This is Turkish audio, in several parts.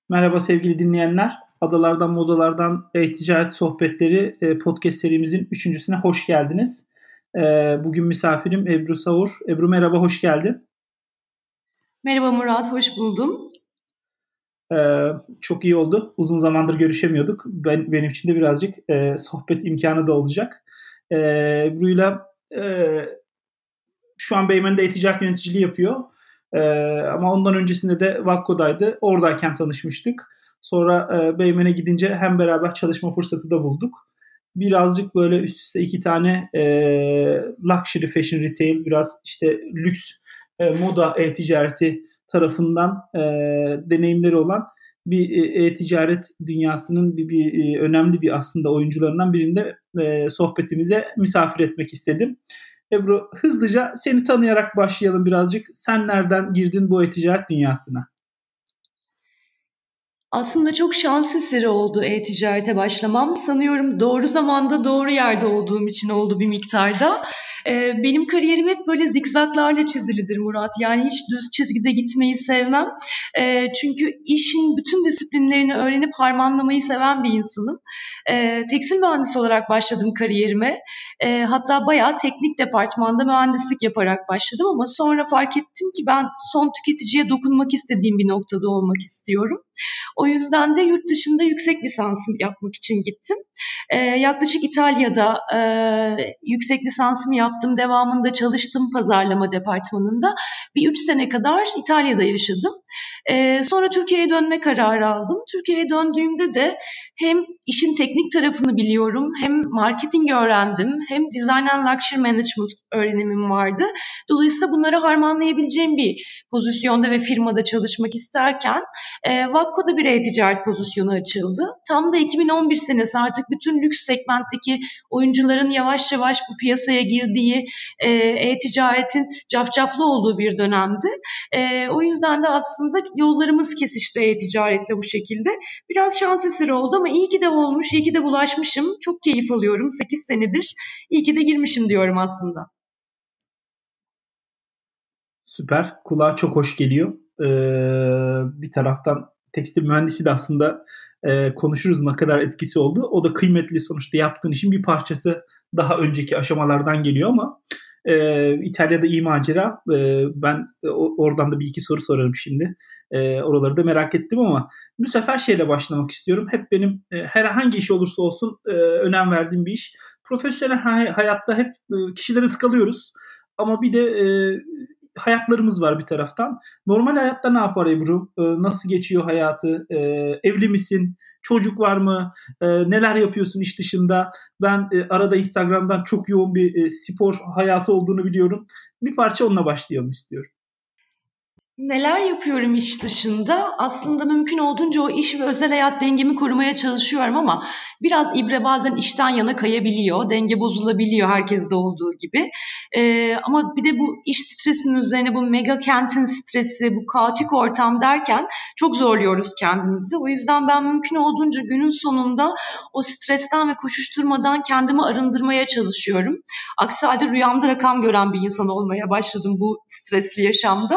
Merhaba sevgili dinleyenler. Adalardan Modalardan E-Ticaret Sohbetleri podcast serimizin üçüncüsüne hoş geldiniz. Bugün misafirim Ebru Savur. Ebru merhaba, hoş geldin. Merhaba Murat, hoş buldum. Çok iyi oldu. Uzun zamandır görüşemiyorduk. Benim için de birazcık sohbet imkanı da olacak. Ebru'yla şu an Beymen'de e-ticaret yöneticiliği yapıyor. Ama ondan öncesinde de Vakko'daydı. Oradayken tanışmıştık. Sonra Beymen'e gidince hem beraber çalışma fırsatı da bulduk. Birazcık böyle üst üste iki tane luxury fashion retail, biraz işte lüks moda e-ticareti tarafından deneyimleri olan bir e-ticaret dünyasının önemli bir aslında oyuncularından birinde sohbetimize misafir etmek istedim. Ebru, hızlıca seni tanıyarak başlayalım birazcık. Sen nereden girdin bu e-ticaret dünyasına? Aslında çok şans eseri oldu e-ticarete başlamam. Sanıyorum doğru zamanda doğru yerde olduğum için oldu bir miktarda. Benim kariyerim hep böyle zikzaklarla çizilidir Murat. Yani hiç düz çizgide gitmeyi sevmem. Çünkü işin bütün disiplinlerini öğrenip harmanlamayı seven bir insanım. Tekstil mühendisi olarak başladım kariyerime. Hatta bayağı teknik departmanda mühendislik yaparak başladım ama sonra fark ettim ki ben son tüketiciye dokunmak istediğim bir noktada olmak istiyorum. O yüzden de yurt dışında yüksek lisansımı yapmak için gittim. Yaklaşık İtalya'da yüksek lisansımı yaptım. Devamında çalıştım pazarlama departmanında. Bir 3 sene kadar İtalya'da yaşadım. Sonra Türkiye'ye dönme kararı aldım. Türkiye'ye döndüğümde de hem işin teknik tarafını biliyorum, hem marketing öğrendim, hem design and luxury management öğrenimim vardı. Dolayısıyla bunları harmanlayabileceğim bir pozisyonda ve firmada çalışmak isterken Vakko'da bir e-ticaret pozisyonu açıldı. Tam da 2011 senesi, artık bütün lüks segmentteki oyuncuların yavaş yavaş bu piyasaya girdiği, e-ticaretin cafcaflı olduğu bir dönemdi. O yüzden de aslında yollarımız kesişti e-ticaretle bu şekilde. Biraz şans eseri oldu ama iyi ki de olmuş, iyi ki de bulaşmışım. Çok keyif alıyorum. 8 senedir iyi ki de girmişim diyorum aslında. Süper. Kulağa çok hoş geliyor. Bir taraftan tekstil mühendisi de aslında konuşuruz ne kadar etkisi oldu. O da kıymetli, sonuçta yaptığın işin bir parçası, daha önceki aşamalardan geliyor ama İtalya'da iyi macera. Ben oradan da bir iki soru sorarım şimdi. Oraları da merak ettim ama bu sefer şeyle başlamak istiyorum. Hep benim herhangi iş olursa olsun önem verdiğim bir iş. Profesyonel hayatta hep kişileri ıskalıyoruz. Ama bir de hayatlarımız var bir taraftan. Normal hayatta ne yapar Ebru? Nasıl geçiyor hayatı? Evli misin? Çocuk var mı? Neler yapıyorsun iş dışında? Ben arada Instagram'dan çok yoğun bir spor hayatı olduğunu biliyorum. Bir parça onunla başlayalım istiyorum. Neler yapıyorum iş dışında? Aslında mümkün olduğunca o iş ve özel hayat dengemi korumaya çalışıyorum ama biraz ibre bazen işten yana kayabiliyor. Denge bozulabiliyor herkeste olduğu gibi. Ama bir de bu iş stresinin üzerine bu mega kentin stresi, bu kaotik ortam derken çok zorluyoruz kendimizi. O yüzden ben mümkün olduğunca günün sonunda o stresten ve koşuşturmadan kendimi arındırmaya çalışıyorum. Aksi halde rüyamda rakam gören bir insan olmaya başladım bu stresli yaşamda.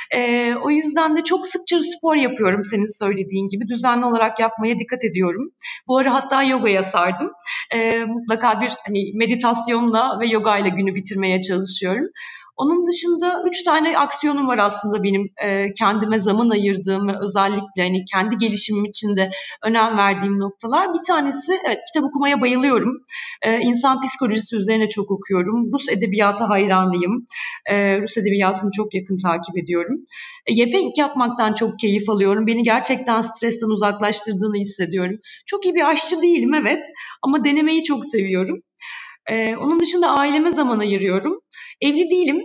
O yüzden de çok sıkça spor yapıyorum senin söylediğin gibi. Düzenli olarak yapmaya dikkat ediyorum. Bu ara hatta yogaya sardım. Mutlaka bir meditasyonla ve yogayla günü bitirmeye çalışıyorum. Onun dışında 3 tane aksiyonum var aslında benim kendime zaman ayırdığım ve özellikle kendi gelişimim için de önem verdiğim noktalar. Bir tanesi, evet, kitap okumaya bayılıyorum. İnsan psikolojisi üzerine çok okuyorum. Rus edebiyatı hayranıyım. Rus edebiyatını çok yakın takip ediyorum. Yemek yapmaktan çok keyif alıyorum. Beni gerçekten stresten uzaklaştırdığını hissediyorum. Çok iyi bir aşçı değilim, evet, ama denemeyi çok seviyorum. Onun dışında aileme zaman ayırıyorum. Evli değilim.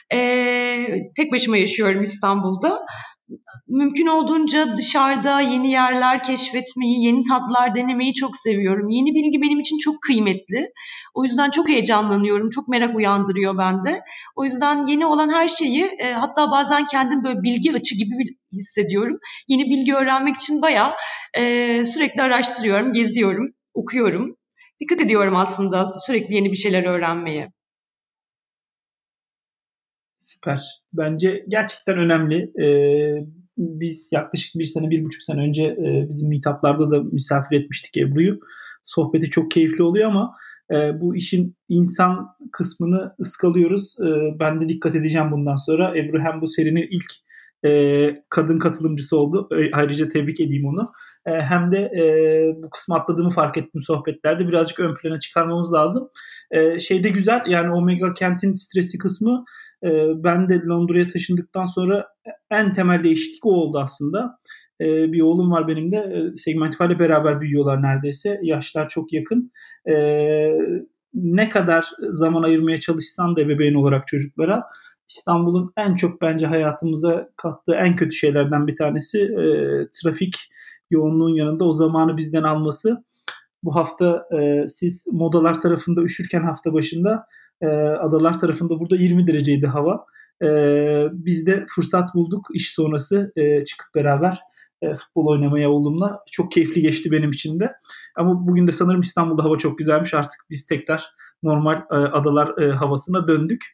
Tek başıma yaşıyorum İstanbul'da. Mümkün olduğunca dışarıda yeni yerler keşfetmeyi, yeni tatlar denemeyi çok seviyorum. Yeni bilgi benim için çok kıymetli. O yüzden çok heyecanlanıyorum, çok merak uyandırıyor bende. O yüzden yeni olan her şeyi, hatta bazen kendim böyle bilgi açığı gibi hissediyorum. Yeni bilgi öğrenmek için bayağı sürekli araştırıyorum, geziyorum, okuyorum. Dikkat ediyorum aslında sürekli yeni bir şeyler öğrenmeye. Süper. Bence gerçekten önemli. Biz yaklaşık 1,5 sene önce bizim meetup'larda da misafir etmiştik Ebru'yu. Sohbeti çok keyifli oluyor ama bu işin insan kısmını ıskalıyoruz. Ben de dikkat edeceğim bundan sonra. Ebru hem bu serinin ilk kadın katılımcısı oldu. Ayrıca tebrik edeyim onu. Hem de bu kısmı atladığımı fark ettim sohbetlerde. Birazcık ön plana çıkarmamız lazım. Şey de güzel, yani Omega Kent'in stresi kısmı, ben de Londra'ya taşındıktan sonra en temel değişiklik o oldu aslında. Bir oğlum var benim de. Segmentify ile beraber büyüyorlar neredeyse. Yaşlar çok yakın. Ne kadar zaman ayırmaya çalışsan da ebeveyn olarak çocuklara, İstanbul'un en çok bence hayatımıza kattığı en kötü şeylerden bir tanesi trafik yoğunluğun yanında o zamanı bizden alması. Bu hafta siz Modalar tarafında üşürken hafta başında Adalar tarafında burada 20 dereceydi hava. Biz de fırsat bulduk iş sonrası çıkıp beraber futbol oynamaya oğlumla. Çok keyifli geçti benim için de. Ama bugün de sanırım İstanbul'da hava çok güzelmiş. Artık biz tekrar normal adalar havasına döndük.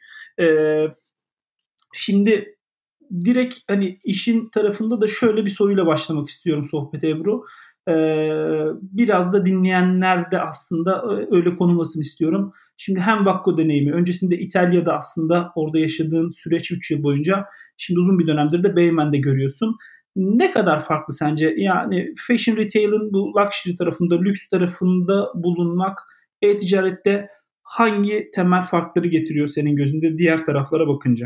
Şimdi direkt hani işin tarafında da şöyle bir soruyla başlamak istiyorum sohbete Ebru. Biraz da dinleyenler de aslında öyle konulmasını istiyorum. Şimdi hem Vakko deneyimi, öncesinde İtalya'da aslında orada yaşadığın süreç 3 yıl boyunca, şimdi uzun bir dönemdir de Beymen'de görüyorsun. Ne kadar farklı sence? Yani fashion retail'ın bu luxury tarafında, lüks tarafında bulunmak e-ticarette hangi temel farkları getiriyor senin gözünde diğer taraflara bakınca?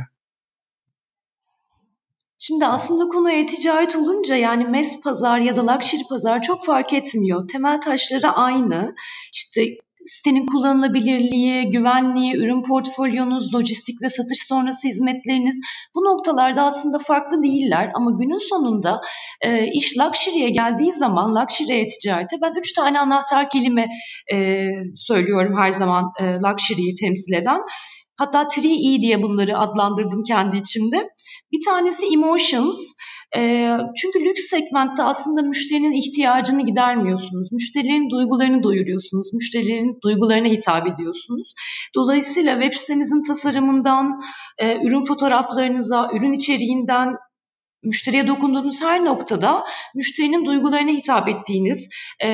Şimdi aslında konu e-ticaret olunca yani mass pazar ya da luxury pazar çok fark etmiyor. Temel taşları aynı. İşte sitenin kullanılabilirliği, güvenliği, ürün portfolyonuz, lojistik ve satış sonrası hizmetleriniz, bu noktalarda aslında farklı değiller. Ama günün sonunda iş luxury'ye geldiği zaman, luxury e-ticarete ben 3 tane anahtar kelime söylüyorum her zaman luxury'yi temsil eden. Hatta 3E diye bunları adlandırdım kendi içimde. Bir tanesi emotions. Çünkü lüks segmentte aslında müşterinin ihtiyacını gidermiyorsunuz. Müşterilerin duygularını doyuruyorsunuz. Müşterilerin duygularına hitap ediyorsunuz. Dolayısıyla web sitenizin tasarımından, ürün fotoğraflarınıza, ürün içeriğinden, müşteriye dokunduğunuz her noktada müşterinin duygularına hitap ettiğiniz,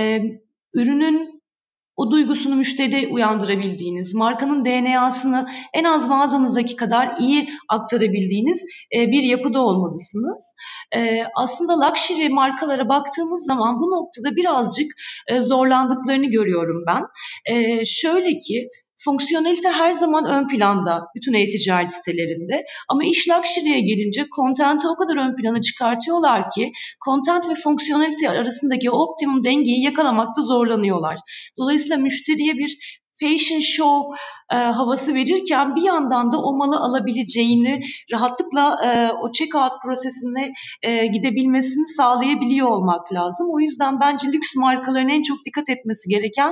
ürünün o duygusunu müşteride uyandırabildiğiniz, markanın DNA'sını en az mağazanızdaki kadar iyi aktarabildiğiniz bir yapıda olmalısınız. Aslında luxury markalara baktığımız zaman bu noktada birazcık zorlandıklarını görüyorum ben. Şöyle ki, fonksiyonelite her zaman ön planda bütün e-ticaret sitelerinde, ama iş luxury'ye gelince content'i o kadar ön plana çıkartıyorlar ki content ve fonksiyonelite arasındaki optimum dengeyi yakalamakta zorlanıyorlar. Dolayısıyla müşteriye bir fashion show havası verirken bir yandan da o malı alabileceğini, rahatlıkla o checkout prosesine gidebilmesini sağlayabiliyor olmak lazım. O yüzden bence lüks markaların en çok dikkat etmesi gereken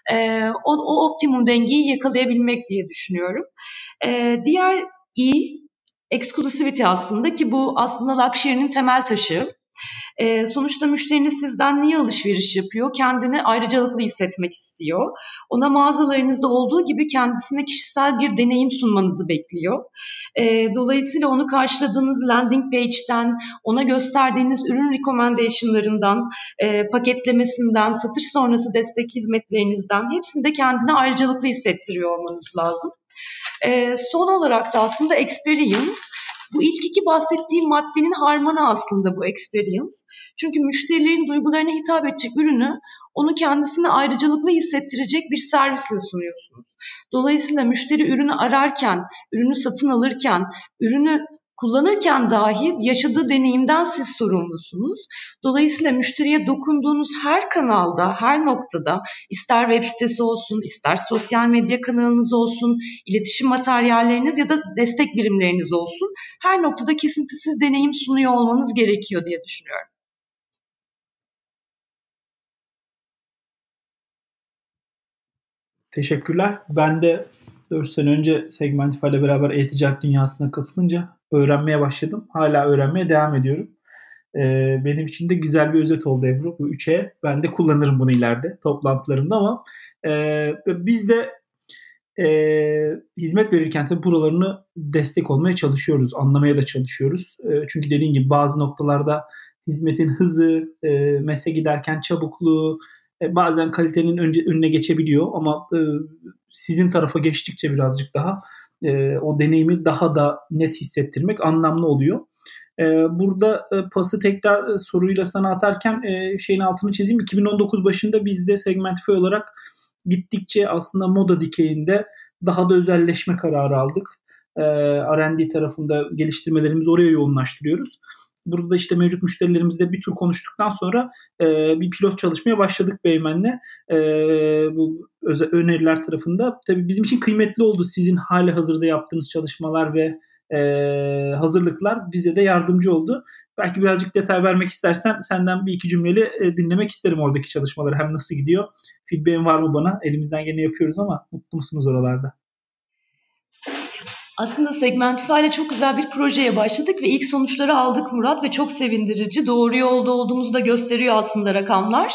o optimum dengeyi yakalayabilmek diye düşünüyorum. Diğer exclusivity aslında, ki bu aslında luxury'nin temel taşı. Sonuçta müşteriniz sizden niye alışveriş yapıyor? Kendini ayrıcalıklı hissetmek istiyor. Ona mağazalarınızda olduğu gibi kendisine kişisel bir deneyim sunmanızı bekliyor. Dolayısıyla onu karşıladığınız landing page'ten, ona gösterdiğiniz ürün recommendation'larından, paketlemesinden, satış sonrası destek hizmetlerinizden, hepsinde kendini ayrıcalıklı hissettiriyor olmanız lazım. Son olarak da aslında experience. Bu ilk iki bahsettiğim maddenin harmanı aslında bu experience. Çünkü müşterilerin duygularına hitap edecek ürünü onu kendisine ayrıcalıklı hissettirecek bir servisle sunuyorsunuz. Dolayısıyla müşteri ürünü ararken, ürünü satın alırken, ürünü kullanırken dahi yaşadığı deneyimden siz sorumlusunuz. Dolayısıyla müşteriye dokunduğunuz her kanalda, her noktada, ister web sitesi olsun, ister sosyal medya kanalınız olsun, iletişim materyalleriniz ya da destek birimleriniz olsun, her noktada kesintisiz deneyim sunuyor olmanız gerekiyor diye düşünüyorum. Teşekkürler. Ben de 4 sene önce Segmentify ile beraber e-ticaret dünyasına katılınca öğrenmeye başladım. Hala öğrenmeye devam ediyorum. Benim için de güzel bir özet oldu Ebru. Bu 3'e ben de kullanırım bunu ileride toplantılarımda, ama biz de hizmet verirken tabii buralarını destek olmaya çalışıyoruz. Anlamaya da çalışıyoruz. Çünkü dediğim gibi bazı noktalarda hizmetin hızı, MES'e giderken çabukluğu, bazen kalitenin önüne geçebiliyor ama sizin tarafa geçtikçe birazcık daha o deneyimi daha da net hissettirmek anlamlı oluyor. Burada pası tekrar soruyla sana atarken şeyin altını çizeyim. 2019 başında biz de Segmentify olarak gittikçe aslında moda dikeyinde daha da özelleşme kararı aldık. R&D tarafında geliştirmelerimizi oraya yoğunlaştırıyoruz. Burada işte mevcut müşterilerimizle bir tur konuştuktan sonra bir pilot çalışmaya başladık Beymen'le. Bu öneriler tarafında. Tabii bizim için kıymetli oldu sizin hali hazırda yaptığınız çalışmalar ve hazırlıklar bize de yardımcı oldu. Belki birazcık detay vermek istersen senden bir iki cümleli dinlemek isterim oradaki çalışmaları. Hem nasıl gidiyor? Feedback'in var mı bana? Elimizden geleni yapıyoruz ama mutlu musunuz oralarda? Aslında Segmentify ile çok güzel bir projeye başladık ve ilk sonuçları aldık Murat ve çok sevindirici. Doğru yolda olduğumuzu da gösteriyor aslında rakamlar.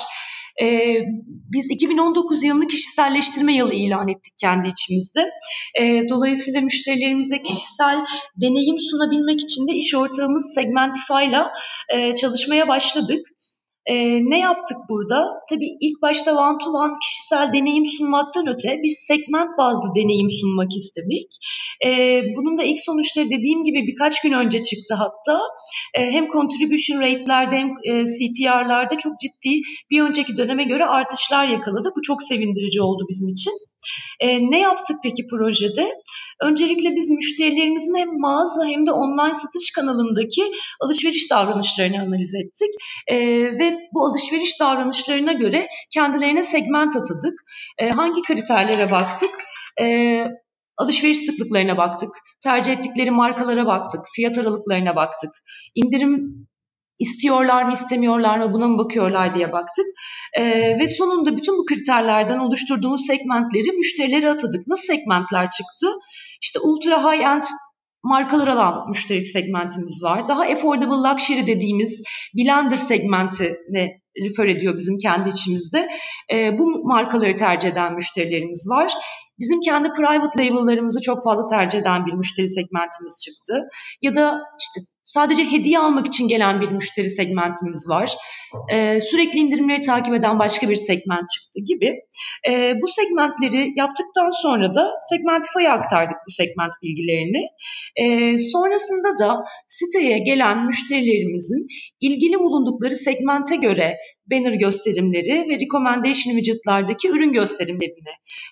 Biz 2019 yılını kişiselleştirme yılı ilan ettik kendi içimizde. Dolayısıyla müşterilerimize kişisel deneyim sunabilmek için de iş ortağımız Segmentify ile çalışmaya başladık. Ne yaptık burada? Tabii ilk başta one to one kişisel deneyim sunmaktan öte bir segment bazlı deneyim sunmak istedik. Bunun da ilk sonuçları dediğim gibi birkaç gün önce çıktı hatta. Hem contribution rate'lerde hem CTR'larda çok ciddi bir önceki döneme göre artışlar yakaladı. Bu çok sevindirici oldu bizim için. Ne yaptık peki projede? Öncelikle biz müşterilerimizin hem mağaza hem de online satış kanalındaki alışveriş davranışlarını analiz ettik. Ve bu alışveriş davranışlarına göre kendilerine segment atadık. Hangi kriterlere baktık? Alışveriş sıklıklarına baktık, tercih ettikleri markalara baktık, fiyat aralıklarına baktık, indirim İstiyorlar mı istemiyorlar mı buna mı bakıyorlar diye baktık. Ve sonunda bütün bu kriterlerden oluşturduğumuz segmentleri müşterilere atadık. Nasıl segmentler çıktı? İşte ultra high end markalar alan müşteri segmentimiz var. Daha affordable luxury dediğimiz blender segmentine refer ediyor bizim kendi içimizde. Bu markaları tercih eden müşterilerimiz var. Bizim kendi private label'larımızı çok fazla tercih eden bir müşteri segmentimiz çıktı. Ya da işte sadece hediye almak için gelen bir müşteri segmentimiz var. Sürekli indirimleri takip eden başka bir segment çıktı gibi. Bu segmentleri yaptıktan sonra da Segmentify'a aktardık bu segment bilgilerini. Sonrasında da siteye gelen müşterilerimizin ilgili bulundukları segmente göre banner gösterimleri ve recommendation widget'lardaki ürün gösterimlerini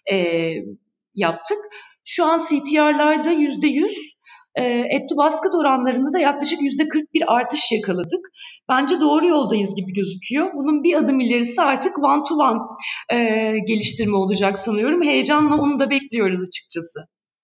yaptık. Şu an CTR'larda %100, Add to Basket oranlarında da yaklaşık %40 bir artış yakaladık. Bence doğru yoldayız gibi gözüküyor. Bunun bir adım ilerisi artık one to one geliştirme olacak sanıyorum. Heyecanla onu da bekliyoruz açıkçası.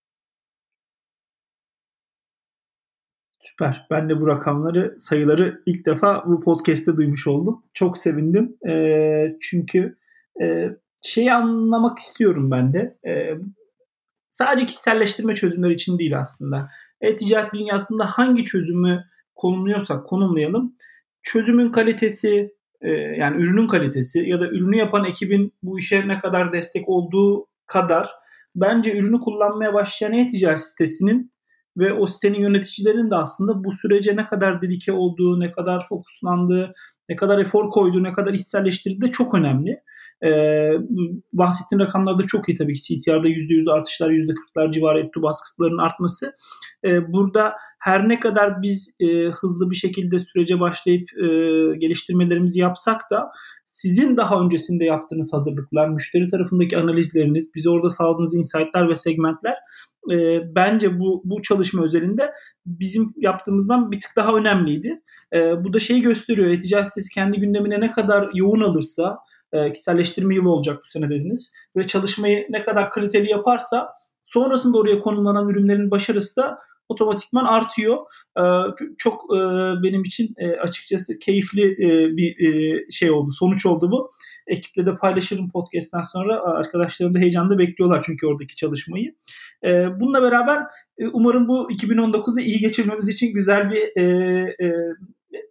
Süper. Ben de bu rakamları, sayıları ilk defa bu podcast'te duymuş oldum. Çok sevindim. Çünkü şeyi anlamak istiyorum ben de. Sadece kişiselleştirme çözümleri için değil aslında. Ticaret dünyasında hangi çözümü konumluyorsak konumlayalım. Çözümün kalitesi, yani ürünün kalitesi ya da ürünü yapan ekibin bu işe ne kadar destek olduğu kadar bence ürünü kullanmaya başlayan e-ticaret sitesinin ve o sitenin yöneticilerinin de aslında bu sürece ne kadar dedike olduğu, ne kadar fokuslandığı, ne kadar efor koyduğu, ne kadar içselleştirdiği de çok önemli. Bahsettiğim rakamlar da çok iyi tabii ki. CTR'da %100 artışlar, %40'lar civarı Add to Basket'ların artması. Burada her ne kadar biz hızlı bir şekilde sürece başlayıp geliştirmelerimizi yapsak da sizin daha öncesinde yaptığınız hazırlıklar, müşteri tarafındaki analizleriniz, bize orada sağladığınız insight'lar ve segmentler bence bu çalışma özelinde bizim yaptığımızdan bir tık daha önemliydi. Bu da şeyi gösteriyor. E-ticaret sitesi kendi gündemine ne kadar yoğun alırsa, kişiselleştirme yılı olacak bu sene dediniz ve çalışmayı ne kadar kaliteli yaparsa sonrasında oraya konumlanan ürünlerin başarısı da otomatikman artıyor. Çok benim için açıkçası keyifli bir şey oldu, sonuç oldu bu. Ekiple de paylaşırım podcast'ten sonra. Arkadaşlarım da heyecanla bekliyorlar çünkü oradaki çalışmayı. Bununla beraber umarım bu 2019'u iyi geçirmemiz için güzel bir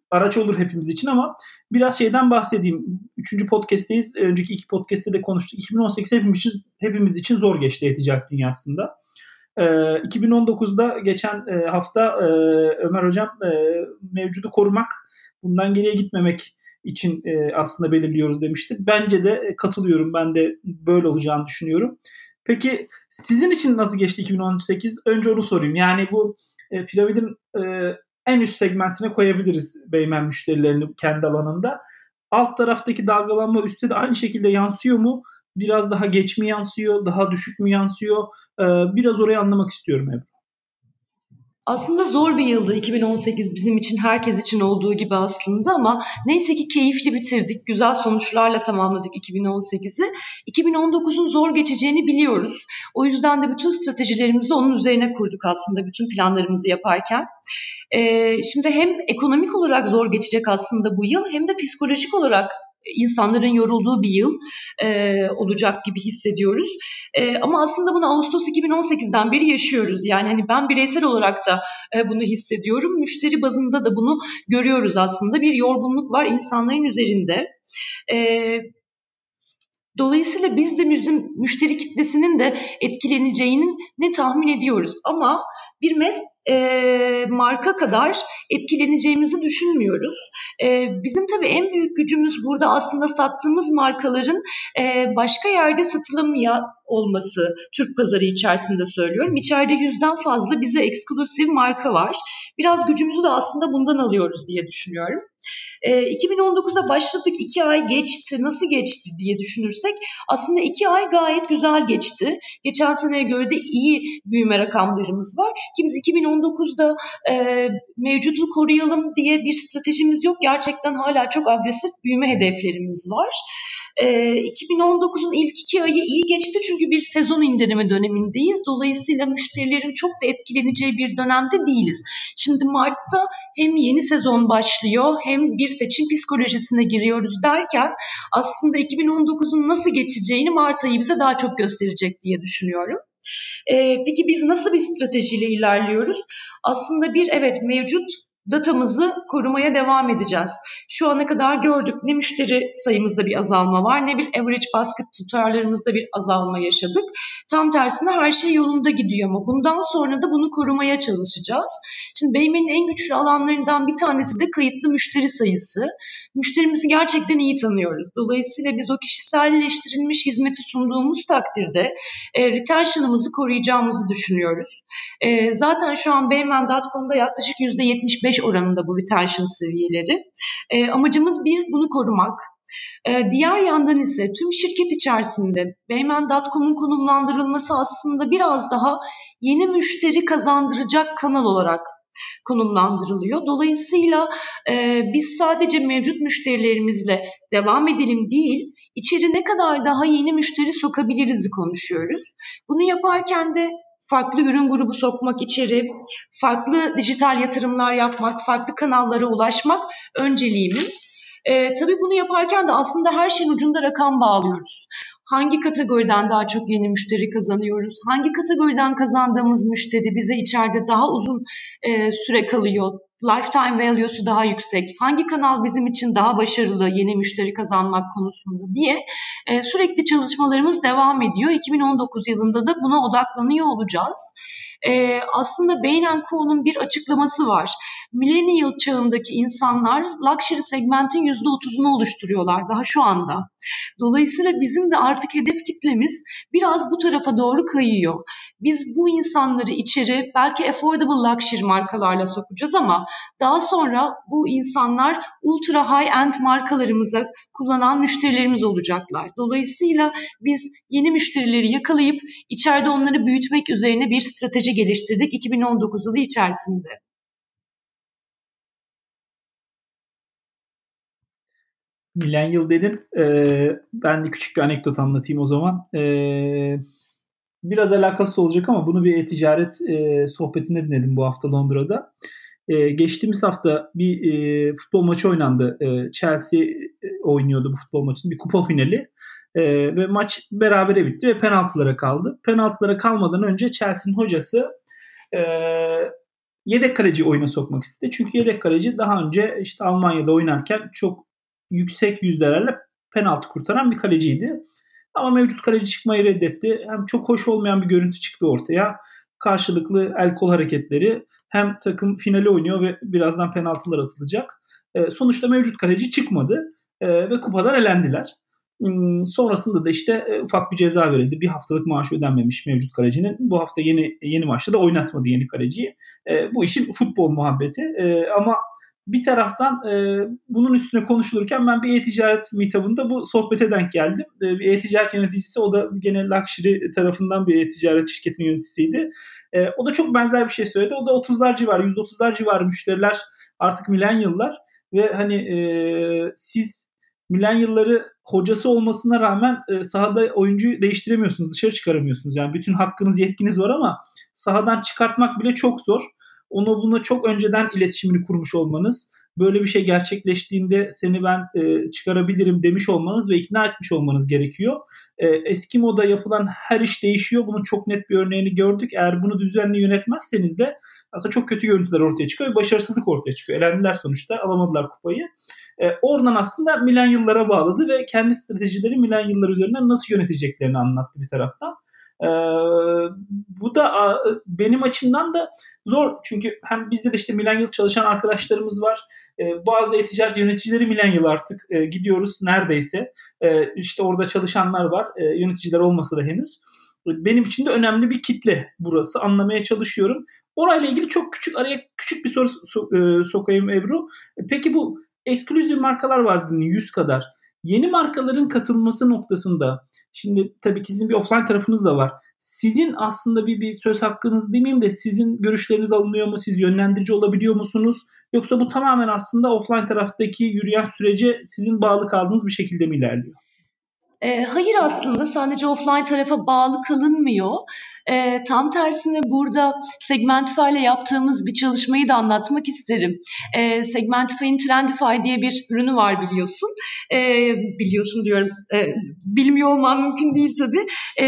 araç olur hepimiz için ama biraz şeyden bahsedeyim. 3. podcast'teyiz. Önceki 2 podcast'te de konuştuk. 2018 hepimiz için zor geçti e-ticaret dünyasında. 2019'da geçen hafta Ömer Hocam mevcudu korumak, bundan geriye gitmemek için aslında belirliyoruz demişti. Bence de katılıyorum. Ben de böyle olacağını düşünüyorum. Peki sizin için nasıl geçti 2018? Önce onu sorayım. Yani bu piramidin en üst segmentine koyabiliriz Beymen müşterilerini kendi alanında. Alt taraftaki dalgalanma üstte de aynı şekilde yansıyor mu? Biraz daha geç mi yansıyor? Daha düşük mü yansıyor? Biraz orayı anlamak istiyorum Ebru. Aslında zor bir yıldı 2018 bizim için, herkes için olduğu gibi aslında, ama neyse ki keyifli bitirdik. Güzel sonuçlarla tamamladık 2018'i. 2019'un zor geçeceğini biliyoruz. O yüzden de bütün stratejilerimizi onun üzerine kurduk aslında, bütün planlarımızı yaparken. Şimdi hem ekonomik olarak zor geçecek aslında bu yıl, hem de psikolojik olarak insanların yorulduğu bir yıl olacak gibi hissediyoruz. Ama aslında bunu Ağustos 2018'den beri yaşıyoruz. Yani hani ben bireysel olarak da bunu hissediyorum. Müşteri bazında da bunu görüyoruz aslında. Bir yorgunluk var insanların üzerinde. Dolayısıyla biz de müşteri kitlesinin de etkileneceğini tahmin ediyoruz. Ama bir marka kadar etkileneceğimizi düşünmüyoruz. Bizim tabii en büyük gücümüz burada aslında sattığımız markaların başka yerde satılamıyor olması. Türk pazarı içerisinde söylüyorum. İçeride 100'den fazla bize eksklusif marka var. Biraz gücümüzü de aslında bundan alıyoruz diye düşünüyorum. 2019'a başladık, 2 ay geçti, nasıl geçti diye düşünürsek aslında 2 ay gayet güzel geçti. Geçen seneye göre de iyi büyüme rakamlarımız var ki biz 2019'da mevcudu koruyalım diye bir stratejimiz yok. Gerçekten hala çok agresif büyüme hedeflerimiz var. 2019'un ilk 2 ayı iyi geçti çünkü bir sezon indirimi dönemindeyiz. Dolayısıyla müşterilerin çok da etkileneceği bir dönemde değiliz. Şimdi Mart'ta hem yeni sezon başlıyor hem bir seçim psikolojisine giriyoruz derken aslında 2019'un nasıl geçeceğini Mart ayı bize daha çok gösterecek diye düşünüyorum. Peki biz nasıl bir stratejiyle ilerliyoruz? Aslında mevcut datamızı korumaya devam edeceğiz. Şu ana kadar gördük, ne müşteri sayımızda bir azalma var, ne bir average basket tutarlarımızda bir azalma yaşadık. Tam tersine her şey yolunda gidiyor ama bundan sonra da bunu korumaya çalışacağız. Şimdi Beymen'in en güçlü alanlarından bir tanesi de kayıtlı müşteri sayısı. Müşterimizi gerçekten iyi tanıyoruz. Dolayısıyla biz o kişiselleştirilmiş hizmeti sunduğumuz takdirde retention'ımızı koruyacağımızı düşünüyoruz. Zaten şu an Beymen.com'da yaklaşık %75 oranında bu retention seviyeleri. Amacımız bunu korumak. Diğer yandan ise tüm şirket içerisinde Beymen.com'un konumlandırılması aslında biraz daha yeni müşteri kazandıracak kanal olarak konumlandırılıyor. Dolayısıyla biz sadece mevcut müşterilerimizle devam edelim değil, içeri ne kadar daha yeni müşteri sokabiliriz'i konuşuyoruz. Bunu yaparken de farklı ürün grubu sokmak içeri, farklı dijital yatırımlar yapmak, farklı kanallara ulaşmak önceliğimiz. Tabii bunu yaparken de aslında her şeyin ucunda rakam bağlıyoruz. Hangi kategoriden daha çok yeni müşteri kazanıyoruz? Hangi kategoriden kazandığımız müşteri bize içeride daha uzun süre kalıyor? Lifetime value'su daha yüksek. Hangi kanal bizim için daha başarılı yeni müşteri kazanmak konusunda diye sürekli çalışmalarımız devam ediyor. 2019 yılında da buna odaklanıyor olacağız. Aslında Bain & Co'nun bir açıklaması var. Millennial çağındaki insanlar luxury segmentin %30'unu oluşturuyorlar daha şu anda. Dolayısıyla bizim de artık hedef kitlemiz biraz bu tarafa doğru kayıyor. Biz bu insanları içeri belki affordable luxury markalarla sokacağız ama daha sonra bu insanlar ultra high-end markalarımıza kullanan müşterilerimiz olacaklar. Dolayısıyla biz yeni müşterileri yakalayıp içeride onları büyütmek üzerine bir strateji geliştirdik 2019 yılı içerisinde. Millennial dedin. Ben de küçük bir anekdot anlatayım o zaman. Biraz alakasız olacak ama bunu bir e-ticaret sohbetinde dinledim bu hafta Londra'da. Geçtiğimiz hafta bir futbol maçı oynandı. Chelsea oynuyordu bu futbol maçını. Bir kupa finali. Ve maç berabere bitti ve penaltılara kaldı. Penaltılara kalmadan önce Chelsea'nin hocası yedek kaleci oyuna sokmak istedi. Çünkü yedek kaleci daha önce işte Almanya'da oynarken çok yüksek yüzdelerle penaltı kurtaran bir kaleciydi. Ama mevcut kaleci çıkmayı reddetti. Hem çok hoş olmayan bir görüntü çıktı ortaya. Karşılıklı el kol hareketleri. Hem takım finali oynuyor ve birazdan penaltılar atılacak. Sonuçta mevcut kaleci çıkmadı ve kupadan elendiler. Sonrasında da işte ufak bir ceza verildi. Bir haftalık maaşı ödenmemiş mevcut kalecinin. Bu hafta yeni maçta da oynatmadı yeni kaleciyi. Bu işin futbol muhabbeti. Ama bir taraftan bunun üstüne konuşulurken ben bir e-ticaret meetup'ında bu sohbete denk geldim. Bir e-ticaret yöneticisi, o da gene Luxury tarafından bir e-ticaret şirketinin yöneticisiydi. O da çok benzer bir şey söyledi. O da 30'lar civarı, %30'lar civarı müşteriler artık milenyıllar ve hani siz milenyılları hocası olmasına rağmen sahada oyuncuyu değiştiremiyorsunuz, dışarı çıkaramıyorsunuz. Yani bütün hakkınız, yetkiniz var ama sahadan çıkartmak bile çok zor. Bununla çok önceden iletişimini kurmuş olmanız, böyle bir şey gerçekleştiğinde seni ben çıkarabilirim demiş olmanız ve ikna etmiş olmanız gerekiyor. Eski moda yapılan her iş değişiyor. Bunun çok net bir örneğini gördük. Eğer bunu düzenli yönetmezseniz de aslında çok kötü görüntüler ortaya çıkıyor ve başarısızlık ortaya çıkıyor. Elendiler sonuçta, alamadılar kupayı. Oradan aslında milenyıllara bağladı ve kendi stratejileri milenyıllar üzerinden nasıl yöneteceklerini anlattı bir taraftan. Bu da benim açımdan da zor. Çünkü hem bizde de işte milenyıl çalışan arkadaşlarımız var. Bazı e-ticaret yöneticileri milenyıl artık gidiyoruz neredeyse. İşte orada çalışanlar var. Yöneticiler olmasa da henüz. Benim için de önemli bir kitle burası. Anlamaya çalışıyorum. Orayla ilgili çok araya küçük bir soru sokayım Ebru. Peki bu ekskluzif markalar vardı 100 kadar. Yeni markaların katılması noktasında, şimdi tabii ki sizin bir offline tarafınız da var. Sizin aslında bir söz hakkınız demeyeyim de sizin görüşleriniz alınıyor mu? Siz yönlendirici olabiliyor musunuz? Yoksa bu tamamen aslında offline taraftaki yürüyen sürece sizin bağlı kaldığınız bir şekilde mi ilerliyor? Hayır, aslında sadece offline tarafa bağlı kalınmıyor. Tam tersine burada Segmentify ile yaptığımız bir çalışmayı da anlatmak isterim. Segmentify'in Trendify diye bir ürünü var biliyorsun. Biliyorsun diyorum. Bilmiyor olmam mümkün değil tabii.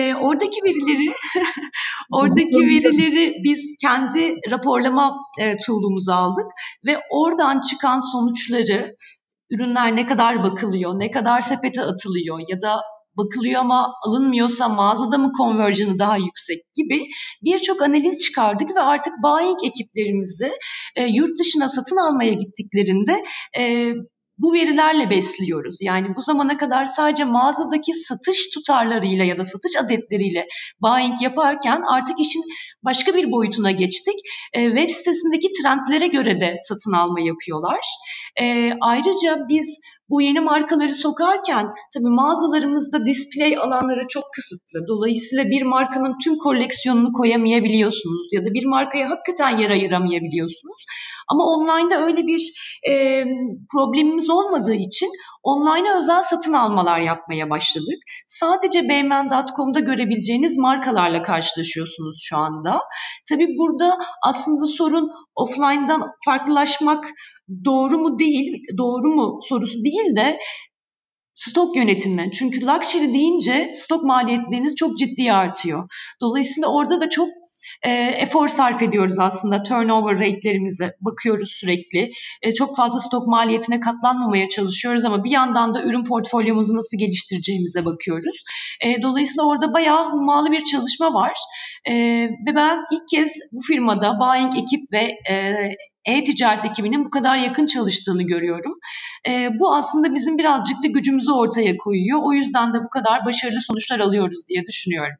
Oradaki verileri biz kendi raporlama tool'umuza aldık ve oradan çıkan sonuçları, ürünler ne kadar bakılıyor, ne kadar sepete atılıyor ya da bakılıyor ama alınmıyorsa mağazada mı conversion'ı daha yüksek gibi birçok analiz çıkardık ve artık buying ekiplerimizi yurt dışına satın almaya gittiklerinde bu verilerle besliyoruz. Yani bu zamana kadar sadece mağazadaki satış tutarlarıyla ya da satış adetleriyle buying yaparken artık işin başka bir boyutuna geçtik. Web sitesindeki trendlere göre de satın alma yapıyorlar. Ayrıca biz bu yeni markaları sokarken tabii mağazalarımızda display alanları çok kısıtlı. Dolayısıyla bir markanın tüm koleksiyonunu koyamayabiliyorsunuz ya da bir markaya hakikaten yer ayıramayabiliyorsunuz. Ama online'da öyle bir problemimiz olmadığı için online'a özel satın almalar yapmaya başladık. Sadece beymen.com'da görebileceğiniz markalarla karşılaşıyorsunuz şu anda. Tabii burada aslında sorun offline'dan farklılaşmak doğru mu sorusu değil de stok yönetimi. Çünkü luxury deyince stok maliyetleriniz çok ciddi artıyor. Dolayısıyla orada da çok efor sarf ediyoruz aslında. Turnover rate'lerimize bakıyoruz sürekli. Çok fazla stok maliyetine katlanmamaya çalışıyoruz ama bir yandan da ürün portfolyomuzu nasıl geliştireceğimize bakıyoruz. Dolayısıyla orada bayağı hummalı bir çalışma var. Ve ben ilk kez bu firmada buying ekip ve e-ticaret ekibinin bu kadar yakın çalıştığını görüyorum. Bu aslında bizim birazcık da gücümüzü ortaya koyuyor. O yüzden de bu kadar başarılı sonuçlar alıyoruz diye düşünüyorum.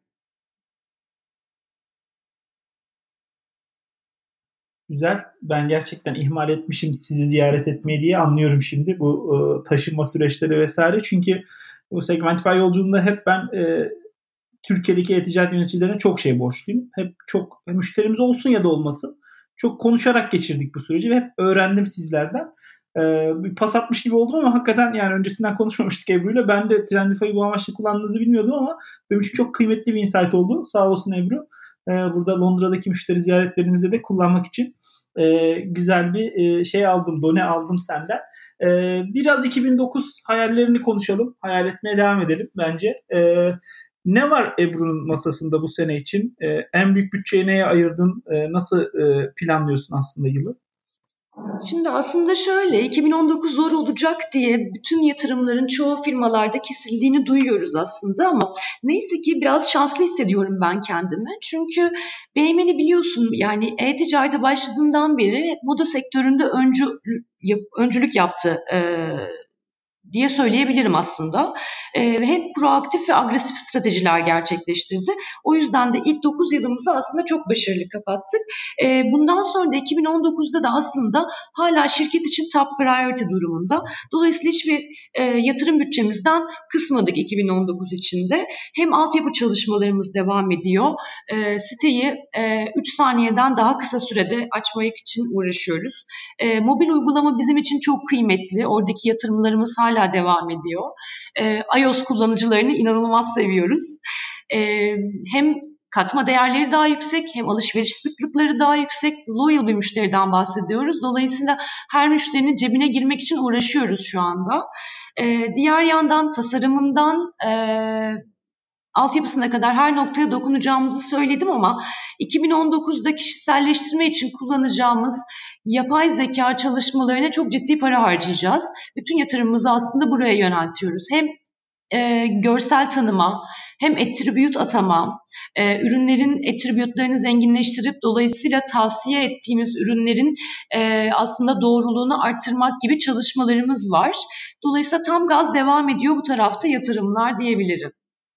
Güzel. Ben gerçekten ihmal etmişim sizi ziyaret etmeyi diye anlıyorum şimdi. Bu taşınma süreçleri vesaire. Çünkü bu Segmentify yolculuğunda hep ben Türkiye'deki e-ticaret yöneticilerine çok şey borçluyum. Hep çok müşterimiz olsun ya da olmasın. Çok konuşarak geçirdik bu süreci ve hep öğrendim sizlerden. Bir pas atmış gibi oldum ama hakikaten yani öncesinden konuşmamıştık Ebru'yla. Ben de Trendify'ı bu amaçla kullandığınızı bilmiyordum ama benim için çok kıymetli bir insight oldu. Sağ olsun Ebru. Burada Londra'daki müşteri ziyaretlerimizde de kullanmak için güzel bir şey aldım, done aldım senden. Biraz 2009 hayallerini konuşalım. Hayal etmeye devam edelim bence. Ne var Ebru'nun masasında bu sene için? En büyük bütçeyi neye ayırdın? Nasıl planlıyorsun aslında yılı? Şimdi aslında şöyle, 2019 zor olacak diye bütün yatırımların çoğu firmalarda kesildiğini duyuyoruz aslında ama neyse ki biraz şanslı hissediyorum ben kendimi. Çünkü Beymen'i biliyorsun, yani e-ticarete başladığından beri moda sektöründe öncülük yaptı diye söyleyebilirim aslında. Hep proaktif ve agresif stratejiler gerçekleştirdi. O yüzden de ilk 9 yılımızı aslında çok başarılı kapattık. Bundan sonra da 2019'da da aslında hala şirket için top priority durumunda. Dolayısıyla hiçbir yatırım bütçemizden kısmadık 2019 içinde. Hem altyapı çalışmalarımız devam ediyor. Siteyi 3 saniyeden daha kısa sürede açmak için uğraşıyoruz. Mobil uygulama bizim için çok kıymetli. Oradaki yatırımlarımız hala devam ediyor. iOS kullanıcılarını inanılmaz seviyoruz. Hem katma değerleri daha yüksek, hem alışveriş sıklıkları daha yüksek, loyal bir müşteriden bahsediyoruz. Dolayısıyla her müşterinin cebine girmek için uğraşıyoruz şu anda. Diğer yandan tasarımından altyapısına kadar her noktaya dokunacağımızı söyledim ama 2019'da kişiselleştirme için kullanacağımız yapay zeka çalışmalarına çok ciddi para harcayacağız. Bütün yatırımımızı aslında buraya yöneltiyoruz. Hem görsel tanıma, hem attribute atama, ürünlerin attribute'larını zenginleştirip dolayısıyla tavsiye ettiğimiz ürünlerin aslında doğruluğunu arttırmak gibi çalışmalarımız var. Dolayısıyla tam gaz devam ediyor bu tarafta yatırımlar diyebilirim.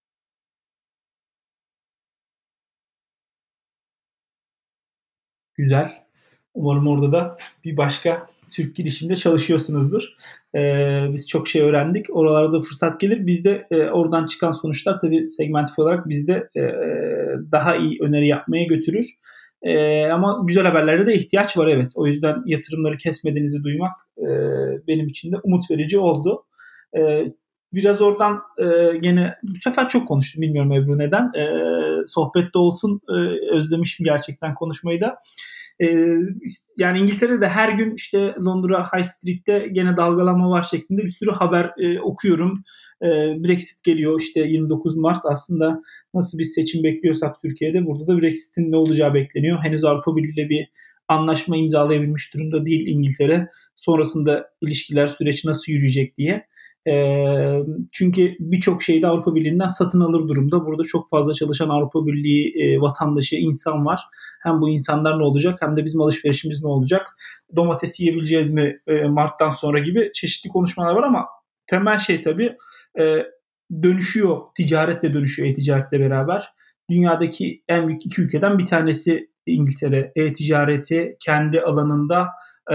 Güzel. Umarım orada da bir başka Türk girişimde çalışıyorsunuzdur. Biz çok şey öğrendik. Oralarda fırsat gelir. Biz de oradan çıkan sonuçlar tabii segmentif olarak bizde daha iyi öneri yapmaya götürür. Ama güzel haberlere de ihtiyaç var, evet. O yüzden yatırımları kesmediğinizi duymak benim için de umut verici oldu. Biraz oradan gene bu sefer çok konuştum, bilmiyorum Ebru neden. Sohbette olsun, özlemişim gerçekten konuşmayı da. Yani İngiltere'de her gün işte Londra High Street'te gene dalgalanma var şeklinde bir sürü haber okuyorum. Brexit geliyor işte 29 Mart, aslında nasıl bir seçim bekliyorsak Türkiye'de burada da Brexit'in ne olacağı bekleniyor. Henüz Avrupa Birliği ile bir anlaşma imzalayabilmiş durumda değil İngiltere. Sonrasında ilişkiler, süreç nasıl yürüyecek diye. Çünkü birçok şeyi de Avrupa Birliği'nden satın alır durumda. Burada çok fazla çalışan Avrupa Birliği vatandaşı, insan var. Hem bu insanlar ne olacak, hem de bizim alışverişimiz ne olacak? Domates yiyebileceğiz mi Mart'tan sonra gibi çeşitli konuşmalar var ama temel şey tabii dönüşüyor. Ticaretle dönüşüyor, e-ticaretle beraber. Dünyadaki en büyük iki ülkeden bir tanesi İngiltere. E-ticareti kendi alanında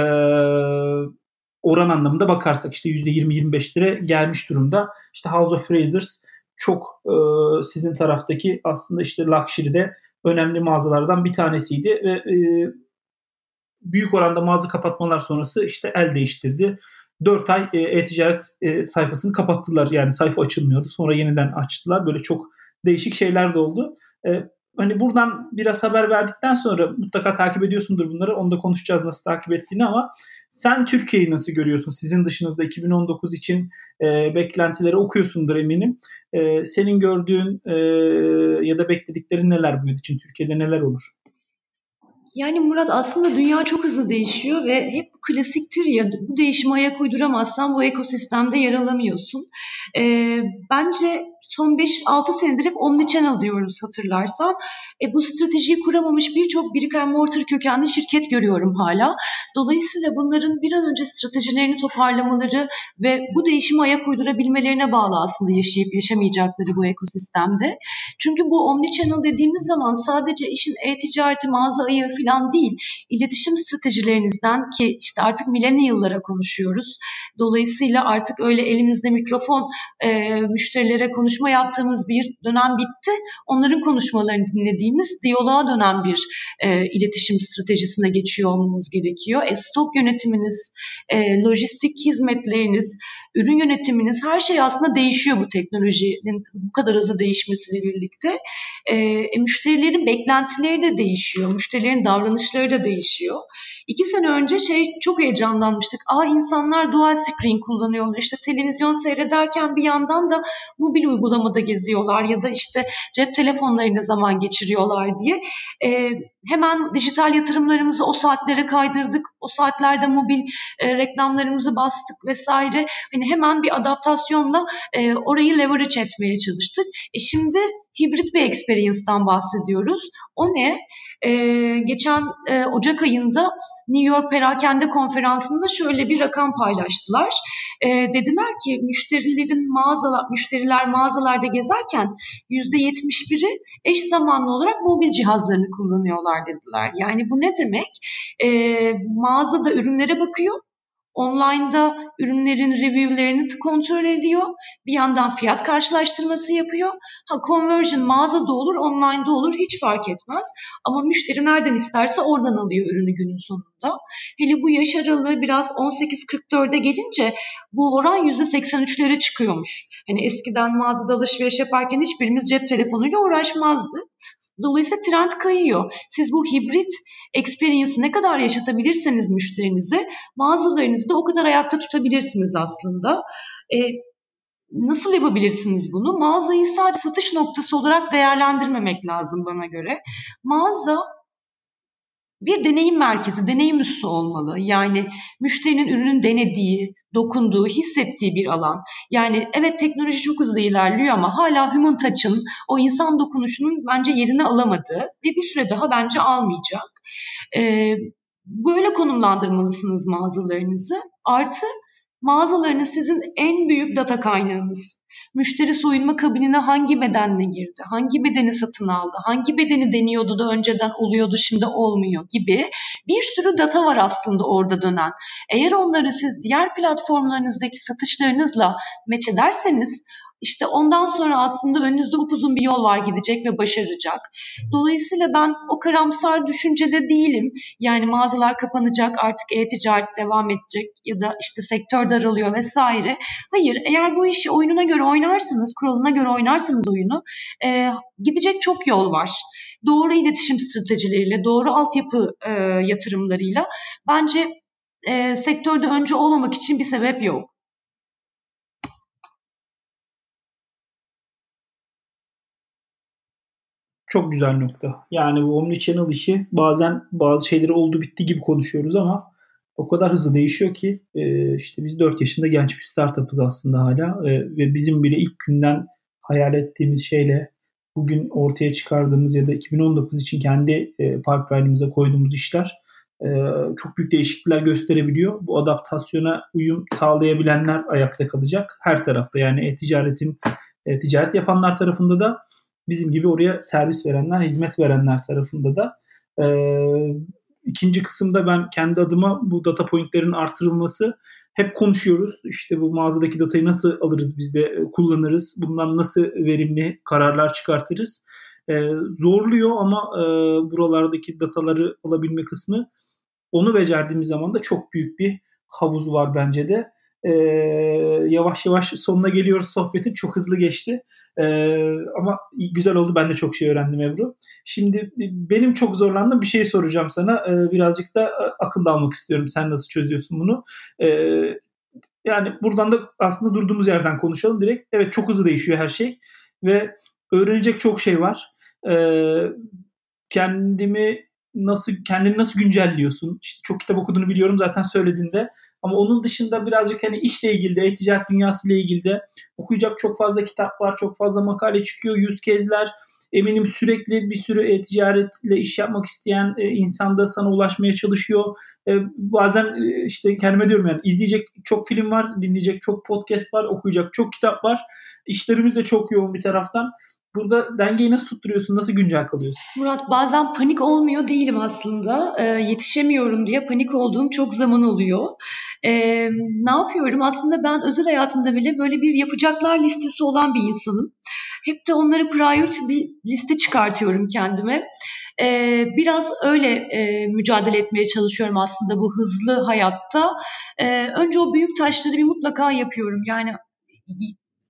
oran anlamında bakarsak işte %20-25'lere gelmiş durumda. İşte House of Frasers çok sizin taraftaki aslında işte luxury'de önemli mağazalardan bir tanesiydi ve büyük oranda mağaza kapatmalar sonrası işte el değiştirdi. 4 ay e-ticaret sayfasını kapattılar. Yani sayfa açılmıyordu. Sonra yeniden açtılar. Böyle çok değişik şeyler de oldu. Hani buradan biraz haber verdikten sonra mutlaka takip ediyorsundur bunları. Onu da konuşacağız nasıl takip ettiğini, ama sen Türkiye'yi nasıl görüyorsun? Sizin dışınızda 2019 için beklentileri okuyorsundur eminim. Senin gördüğün ya da beklediklerin neler bu yıl için? Türkiye'de neler olur? Yani Murat, aslında dünya çok hızlı değişiyor ve hep bu klasiktir ya, bu değişime ayak uyduramazsan bu ekosistemde yer alamıyorsun. Bence son 5-6 senedir hep omnichannel diyoruz, hatırlarsan. Bu stratejiyi kuramamış birçok brick and mortar kökenli şirket görüyorum hala. Dolayısıyla bunların bir an önce stratejilerini toparlamaları ve bu değişime ayak uydurabilmelerine bağlı aslında yaşayıp yaşamayacakları bu ekosistemde. Çünkü bu omnichannel dediğimiz zaman sadece işin e-ticareti, mağaza ayağı falan değil, iletişim stratejilerinizden, ki işte artık millennial'lara konuşuyoruz. Dolayısıyla artık öyle elimizde mikrofon müşterilere konuşma yaptığımız bir dönem bitti. Onların konuşmalarını dinlediğimiz, diyaloğa dönen bir iletişim stratejisine geçiyor olmamız gerekiyor. Stok yönetiminiz, lojistik hizmetleriniz, ürün yönetiminiz, her şey aslında değişiyor bu teknolojinin bu kadar hızlı değişmesiyle birlikte. Müşterilerin beklentileri de değişiyor. Müşterilerin davranışları da değişiyor. 2 sene önce çok heyecanlanmıştık. İnsanlar dual screen kullanıyorlar. İşte televizyon seyrederken bir yandan da mobil uygulamada geziyorlar ya da işte cep telefonlarıyla zaman geçiriyorlar diye. Hemen dijital yatırımlarımızı o saatlere kaydırdık. O saatlerde mobil reklamlarımızı bastık vesaire. Hani hemen bir adaptasyonla orayı leverage etmeye çalıştık. Şimdi hibrit bir experience'dan bahsediyoruz. O ne? Geçen Ocak ayında New York Perakende Konferansı'nda şöyle bir rakam paylaştılar. Dediler ki müşteriler mağazalarda gezerken %71'i eş zamanlı olarak mobil cihazlarını kullanıyorlar dediler. Yani bu ne demek? Mağazada ürünlere bakıyor. Online'da ürünlerin review'lerini kontrol ediyor. Bir yandan fiyat karşılaştırması yapıyor. Conversion mağazada olur, online'da olur hiç fark etmez. Ama müşteri nereden isterse oradan alıyor ürünü günün sonunda. Hele bu yaş aralığı biraz 18-44'e gelince bu oran %83'lere çıkıyormuş. Hani eskiden mağazada alışveriş yaparken hiçbirimiz cep telefonuyla uğraşmazdık. Dolayısıyla trend kayıyor. Siz bu hibrit experience'ı ne kadar yaşatabilirseniz müşterinize, mağazalarınızı da o kadar ayakta tutabilirsiniz aslında. Nasıl yapabilirsiniz bunu? Mağazayı sadece satış noktası olarak değerlendirmemek lazım bana göre. Mağaza bir deneyim merkezi, deneyim üssü olmalı. Yani müşterinin ürünün denediği, dokunduğu, hissettiği bir alan. Yani evet teknoloji çok hızlı ilerliyor ama hala human touch'ın, o insan dokunuşunun bence yerini alamadığı ve bir süre daha bence almayacak. Böyle konumlandırmalısınız mağazalarınızı. Artı mağazalarınız sizin en büyük data kaynağınız. Müşteri soyunma kabinine hangi bedenle girdi, hangi bedeni satın aldı, hangi bedeni deniyordu da önceden oluyordu şimdi olmuyor gibi bir sürü data var aslında orada dönen. Eğer onları siz diğer platformlarınızdaki satışlarınızla match ederseniz işte ondan sonra aslında önünüzde upuzun bir yol var gidecek ve başaracak. Dolayısıyla ben o karamsar düşüncede değilim. Yani mağazalar kapanacak, artık e-ticaret devam edecek ya da işte sektör daralıyor vesaire. Hayır, eğer bu işi oyununa göre oynarsanız, kuralına göre oynarsanız oyunu, gidecek çok yol var. Doğru iletişim stratejileriyle, doğru altyapı yatırımlarıyla bence sektörde öncü olmamak için bir sebep yok. Çok güzel nokta. Yani bu omnichannel işi bazen bazı şeyleri oldu bitti gibi konuşuyoruz ama o kadar hızlı değişiyor ki işte biz 4 yaşında genç bir startup'ız aslında hala ve bizim bile ilk günden hayal ettiğimiz şeyle bugün ortaya çıkardığımız ya da 2019 için kendi pipeline'ımıza koyduğumuz işler e, çok büyük değişiklikler gösterebiliyor. Bu adaptasyona uyum sağlayabilenler ayakta kalacak her tarafta. Yani ticaret yapanlar tarafında da bizim gibi oraya servis verenler, hizmet verenler tarafında da. İkinci kısımda ben kendi adıma bu data pointlerin artırılması hep konuşuyoruz. İşte bu mağazadaki datayı nasıl alırız biz de kullanırız. Bundan nasıl verimli kararlar çıkartırız. Zorluyor ama buralardaki dataları alabilme kısmı onu becerdiğimiz zaman da çok büyük bir havuz var bence de. Ee, Yavaş yavaş sonuna geliyoruz sohbetin. Çok hızlı geçti. Ama güzel oldu. Ben de çok şey öğrendim Ebru. Şimdi benim çok zorlandığım bir şey soracağım sana. Birazcık da akıl almak istiyorum. Sen nasıl çözüyorsun bunu? Yani buradan da aslında durduğumuz yerden konuşalım direkt. Evet çok hızlı değişiyor her şey. Ve öğrenecek çok şey var. Ee, kendini nasıl güncelliyorsun? İşte çok kitap okuduğunu biliyorum zaten söylediğinde. Ama onun dışında birazcık hani işle ilgili de, e-ticaret dünyası ile ilgili de okuyacak çok fazla kitap var, çok fazla makale çıkıyor, yüz kezler. Eminim sürekli bir sürü e-ticaretle iş yapmak isteyen insan da sana ulaşmaya çalışıyor. Bazen işte kendime diyorum yani izleyecek çok film var, dinleyecek çok podcast var, okuyacak çok kitap var. İşlerimiz de çok yoğun bir taraftan. Burada dengeyi nasıl tutturuyorsun? Nasıl güncel kalıyorsun? Murat bazen panik olmuyor değilim aslında. Yetişemiyorum diye panik olduğum çok zaman oluyor. Ne yapıyorum? Aslında ben özel hayatımda bile böyle bir yapacaklar listesi olan bir insanım. Hep de onları priority bir liste çıkartıyorum kendime. Biraz öyle mücadele etmeye çalışıyorum aslında bu hızlı hayatta. Önce o büyük taşları bir mutlaka yapıyorum. Yani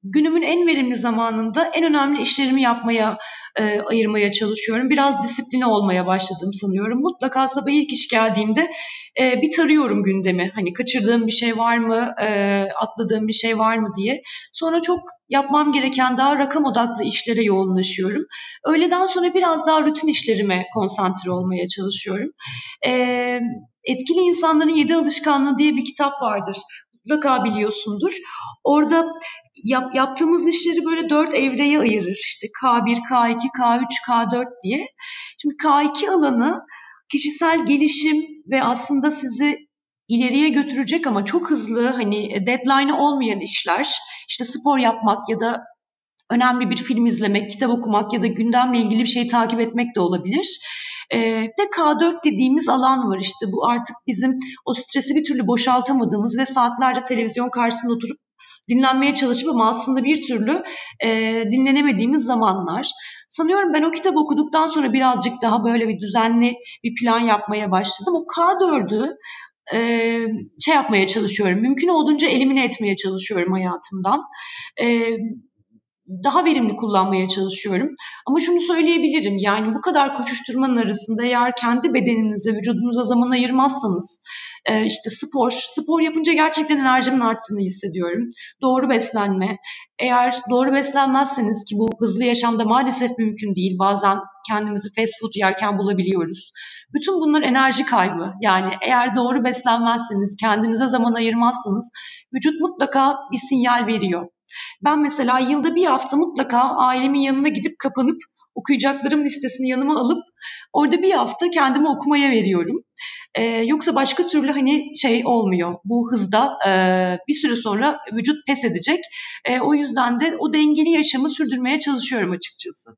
günümün en verimli zamanında en önemli işlerimi yapmaya ayırmaya çalışıyorum. Biraz disipline olmaya başladım sanıyorum. Mutlaka sabah ilk iş geldiğimde bir tarıyorum gündemi. Hani kaçırdığım bir şey var mı, atladığım bir şey var mı diye. Sonra çok yapmam gereken daha rakam odaklı işlere yoğunlaşıyorum. Öğleden sonra biraz daha rutin işlerime konsantre olmaya çalışıyorum. Etkili İnsanların 7 Alışkanlığı diye bir kitap vardır. Mutlaka biliyorsundur. Orada yaptığımız işleri böyle 4 evreye ayırır. İşte K1, K2, K3, K4 diye. Şimdi K2 alanı kişisel gelişim ve aslında sizi ileriye götürecek ama çok hızlı, hani deadline'ı olmayan işler. İşte spor yapmak ya da önemli bir film izlemek, kitap okumak ya da gündemle ilgili bir şey takip etmek de olabilir. De K4 dediğimiz alan var, işte bu artık bizim o stresi bir türlü boşaltamadığımız ve saatlerce televizyon karşısında oturup dinlenmeye çalışıp ama aslında bir türlü dinlenemediğimiz zamanlar. Sanıyorum ben o kitabı okuduktan sonra birazcık daha böyle bir düzenli bir plan yapmaya başladım. O K4'ü şey yapmaya çalışıyorum, mümkün olduğunca elimine etmeye çalışıyorum hayatımdan. Daha verimli kullanmaya çalışıyorum. Ama şunu söyleyebilirim, yani bu kadar koşuşturmanın arasında eğer kendi bedeninize, vücudunuza zaman ayırmazsanız, işte spor yapınca gerçekten enerjimin arttığını hissediyorum. Doğru beslenme, eğer doğru beslenmezseniz, ki bu hızlı yaşamda maalesef mümkün değil, bazen kendimizi fast food yerken bulabiliyoruz. Bütün bunlar enerji kaybı. Yani eğer doğru beslenmezseniz, kendinize zaman ayırmazsanız vücut mutlaka bir sinyal veriyor. Ben mesela yılda bir hafta mutlaka ailemin yanına gidip kapanıp okuyacaklarım listesini yanıma alıp orada bir hafta kendimi okumaya veriyorum. Yoksa başka türlü hani şey olmuyor. Bu hızda bir süre sonra vücut pes edecek. O yüzden de o dengeli yaşamı sürdürmeye çalışıyorum açıkçası.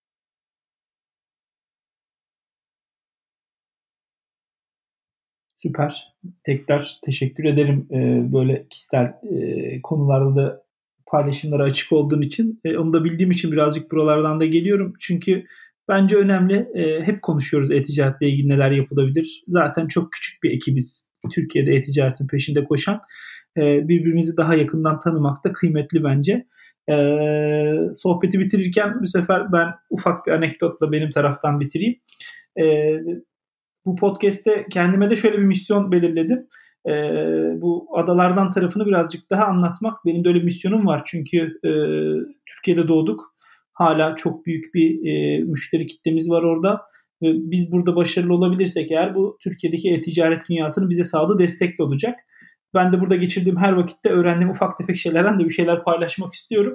Süper. Tekrar teşekkür ederim böyle kişisel konularda da paylaşımlara açık olduğun için. Onu da bildiğim için birazcık buralardan da geliyorum. Çünkü bence önemli. Hep konuşuyoruz e-ticaretle ilgili neler yapılabilir. Zaten çok küçük bir ekibiz. Türkiye'de e-ticaretin peşinde koşan. Birbirimizi daha yakından tanımak da kıymetli bence. Sohbeti bitirirken bu sefer ben ufak bir anekdotla benim taraftan bitireyim. Bu podcast'te kendime de şöyle bir misyon belirledim. Bu adalardan tarafını birazcık daha anlatmak. Benim de öyle bir misyonum var. Çünkü Türkiye'de doğduk. Hala çok büyük bir müşteri kitlemiz var orada. Biz burada başarılı olabilirsek eğer bu Türkiye'deki e-ticaret dünyasının bize sağladığı destekle olacak. Ben de burada geçirdiğim her vakitte öğrendiğim ufak tefek şeylerden de bir şeyler paylaşmak istiyorum.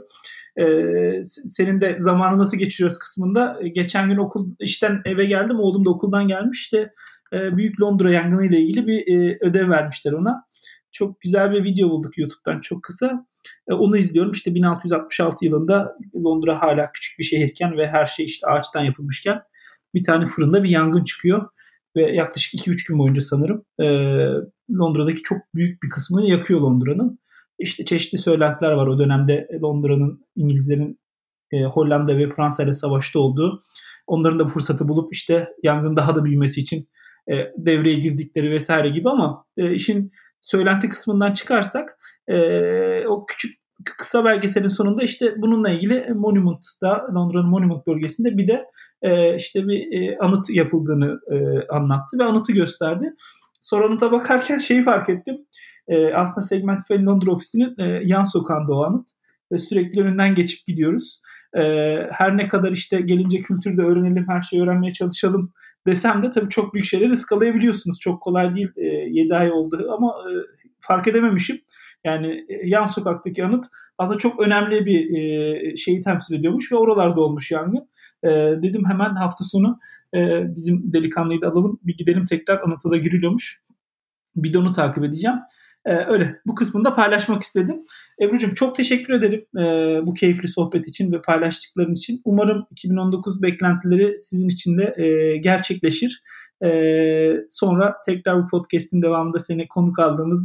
Senin de zamanı nasıl geçiriyoruz kısmında. Geçen gün işten eve geldim. Oğlum da okuldan gelmiş. İşte Büyük Londra yangını ile ilgili bir ödev vermişler ona. Çok güzel bir video bulduk YouTube'dan, çok kısa. Onu izliyorum. İşte 1666 yılında Londra hala küçük bir şehirken ve her şey işte ağaçtan yapılmışken bir tane fırında bir yangın çıkıyor. Ve yaklaşık 2-3 gün boyunca sanırım Londra'daki çok büyük bir kısmını yakıyor Londra'nın. İşte çeşitli söylentiler var o dönemde Londra'nın İngilizlerin Hollanda ve Fransa ile savaşta olduğu. Onların da fırsatı bulup işte yangın daha da büyümesi için devreye girdikleri vesaire gibi, ama işin söylenti kısmından çıkarsak o küçük kısa belgeselin sonunda işte bununla ilgili Monument'da, Londra'nın Monument bölgesinde bir de işte bir anıt yapıldığını anlattı ve anıtı gösterdi. Sonra anıta bakarken şeyi fark ettim. Aslında Segmentify Londra ofisinin yan sokağında o anıt ve sürekli önünden geçip gidiyoruz. Her ne kadar işte gelince kültürde öğrenelim, her şeyi öğrenmeye çalışalım desem de tabii çok büyük şeyleri ıskalayabiliyorsunuz. Çok kolay değil. 7 ay oldu ama fark edememişim. Yani yan sokaktaki anıt aslında çok önemli bir şeyi temsil ediyormuş ve oralarda olmuş yangın. Dedim hemen hafta sonu bizim delikanlıyı da alalım, bir gidelim tekrar, anıta da giriliyormuş. Bir de onu takip edeceğim. Öyle bu kısmını da paylaşmak istedim. Ebru'cum çok teşekkür ederim bu keyifli sohbet için ve paylaştıkların için. Umarım 2019 beklentileri sizin için de gerçekleşir. Sonra tekrar bu podcast'in devamında seni konuk aldığımızda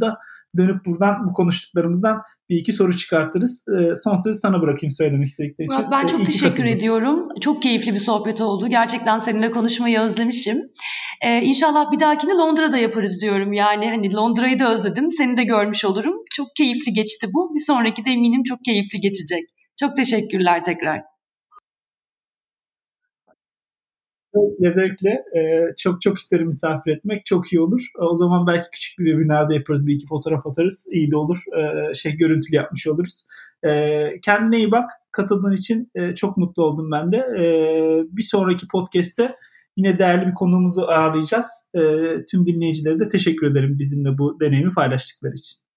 dönüp buradan bu konuştuklarımızdan bir iki soru çıkartırız. Son sözü sana bırakayım söylemek istedikleri için. Ben çok teşekkür katıldın. ediyorum. Çok keyifli bir sohbet oldu. Gerçekten seninle konuşmayı özlemişim. İnşallah bir dahakini Londra'da yaparız diyorum. Yani hani Londra'yı da özledim. Seni de görmüş olurum. Çok keyifli geçti bu. Bir sonraki de eminim çok keyifli geçecek. Çok teşekkürler tekrar. Zevkle. Çok çok isterim misafir etmek. Çok iyi olur. O zaman belki küçük bir webinarda yaparız. Bir iki fotoğraf atarız. İyi de olur. Görüntülü yapmış oluruz. Kendine iyi bak. Katıldığın için çok mutlu oldum ben de. Bir sonraki podcast'te yine değerli bir konuğumuzu ağırlayacağız. Tüm dinleyicilere de teşekkür ederim bizimle bu deneyimi paylaştıkları için.